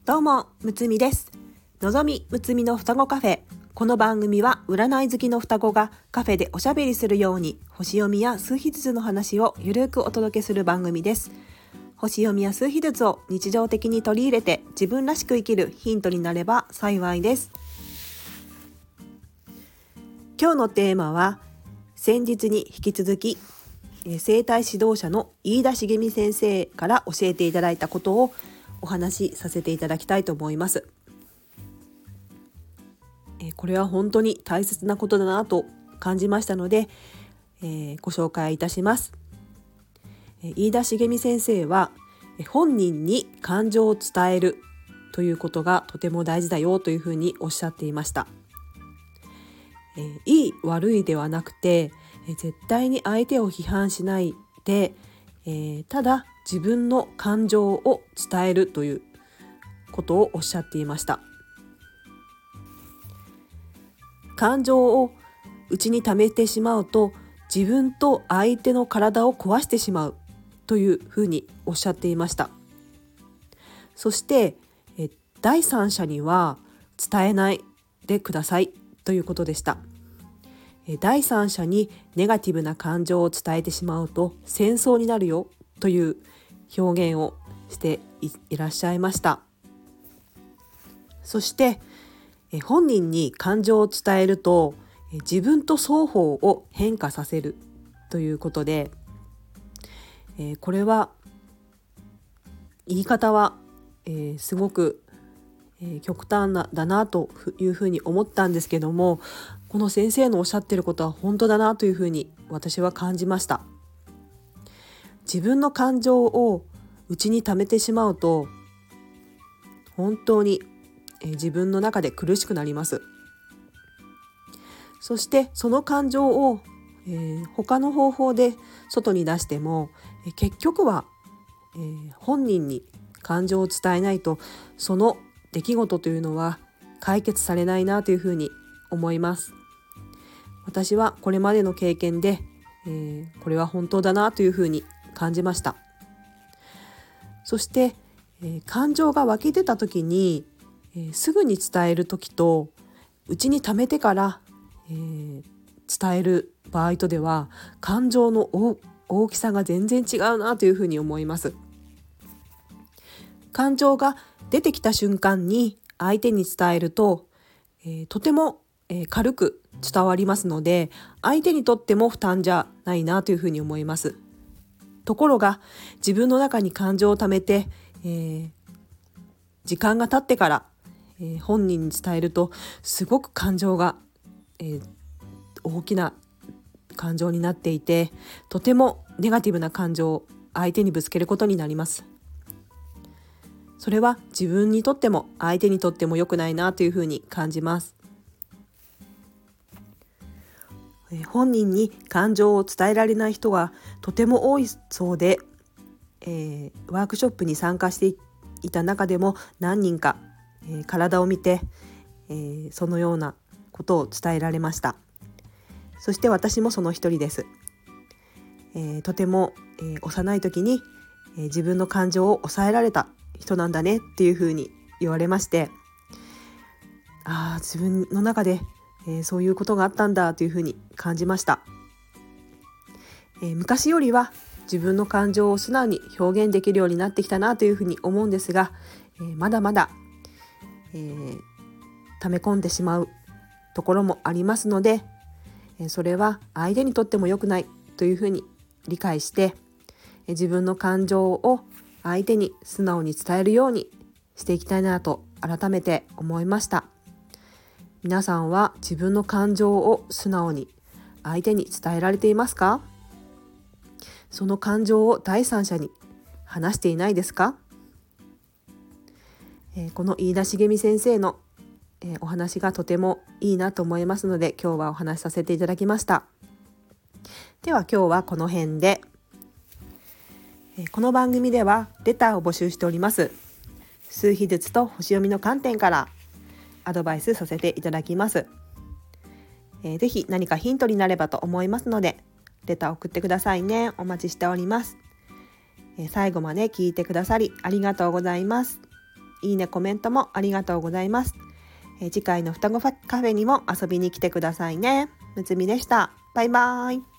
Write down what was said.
どうも、むつみです。のぞみむつみの双子カフェ。この番組は占い好きの双子がカフェでおしゃべりするように星読みや数秘術の話をゆるくお届けする番組です。星読みや数秘術を日常的に取り入れて自分らしく生きるヒントになれば幸いです。今日のテーマは先日に引き続き生体指導者の飯田茂美先生から教えていただいたことをお話しさせていただきたいと思います。これは本当に大切なことだなと感じましたので、ご紹介いたします。飯田茂美先生は本人に感情を伝えるということがとても大事だよというふうにおっしゃっていました。いい悪いではなくて絶対に相手を批判しないで、ただ自分の感情を伝えるということをおっしゃっていました。感情を内に溜めてしまうと自分と相手の体を壊してしまうというふうにおっしゃっていました。そして第三者には伝えないでくださいということでした。第三者にネガティブな感情を伝えてしまうと戦争になるよという表現をしていらっしゃいました。そして本人に感情を伝えると自分と双方を変化させるということで、これは言い方はすごく極端だなというふうに思ったんですけども、この先生のおっしゃっていることは本当だなというふうに私は感じました。自分の感情を内に溜めてしまうと本当に自分の中で苦しくなります。そしてその感情を他の方法で外に出しても結局は本人に感情を伝えないとその出来事というのは解決されないなというふうに思います。私はこれまでの経験で、これは本当だなというふうに感じました。そして、感情が湧き出た時に、すぐに伝える時と内に溜めてから、伝える場合とでは感情の大きさが全然違うなというふうに思います。感情が出てきた瞬間に相手に伝えると、とても軽く伝わりますので相手にとっても負担じゃないなというふうに思います。ところが自分の中に感情をためて、時間が経ってから、本人に伝えるとすごく感情が、大きな感情になっていてとてもネガティブな感情を相手にぶつけることになります。それは自分にとっても相手にとっても良くないなというふうに感じます。本人に感情を伝えられない人がとても多いそうで、ワークショップに参加していた中でも何人か、体を見て、そのようなことを伝えられました。そして私もその一人です。とても、幼い時に、自分の感情を抑えられた人なんだねっていうふうに言われまして、自分の中でそういうことがあったんだというふうに感じました。昔よりは自分の感情を素直に表現できるようになってきたなというふうに思うんですが、まだまだ、溜め込んでしまうところもありますので、それは相手にとっても良くないというふうに理解して自分の感情を相手に素直に伝えるようにしていきたいなと改めて思いました。皆さんは自分の感情を素直に相手に伝えられていますか？その感情を第三者に話していないですか？この飯田茂美先生の、お話がとてもいいなと思いますので今日はお話しさせていただきました。では今日はこの辺で、この番組ではレターを募集しております。数秘術と星読みの観点からアドバイスさせていただきます。ぜひ何かヒントになればと思いますのでレター送ってくださいね。お待ちしております。最後まで聞いてくださりありがとうございます。 いいね、コメントもありがとうございます。次回の双子カフェにも遊びに来てくださいね。むつみでした。バイバイ。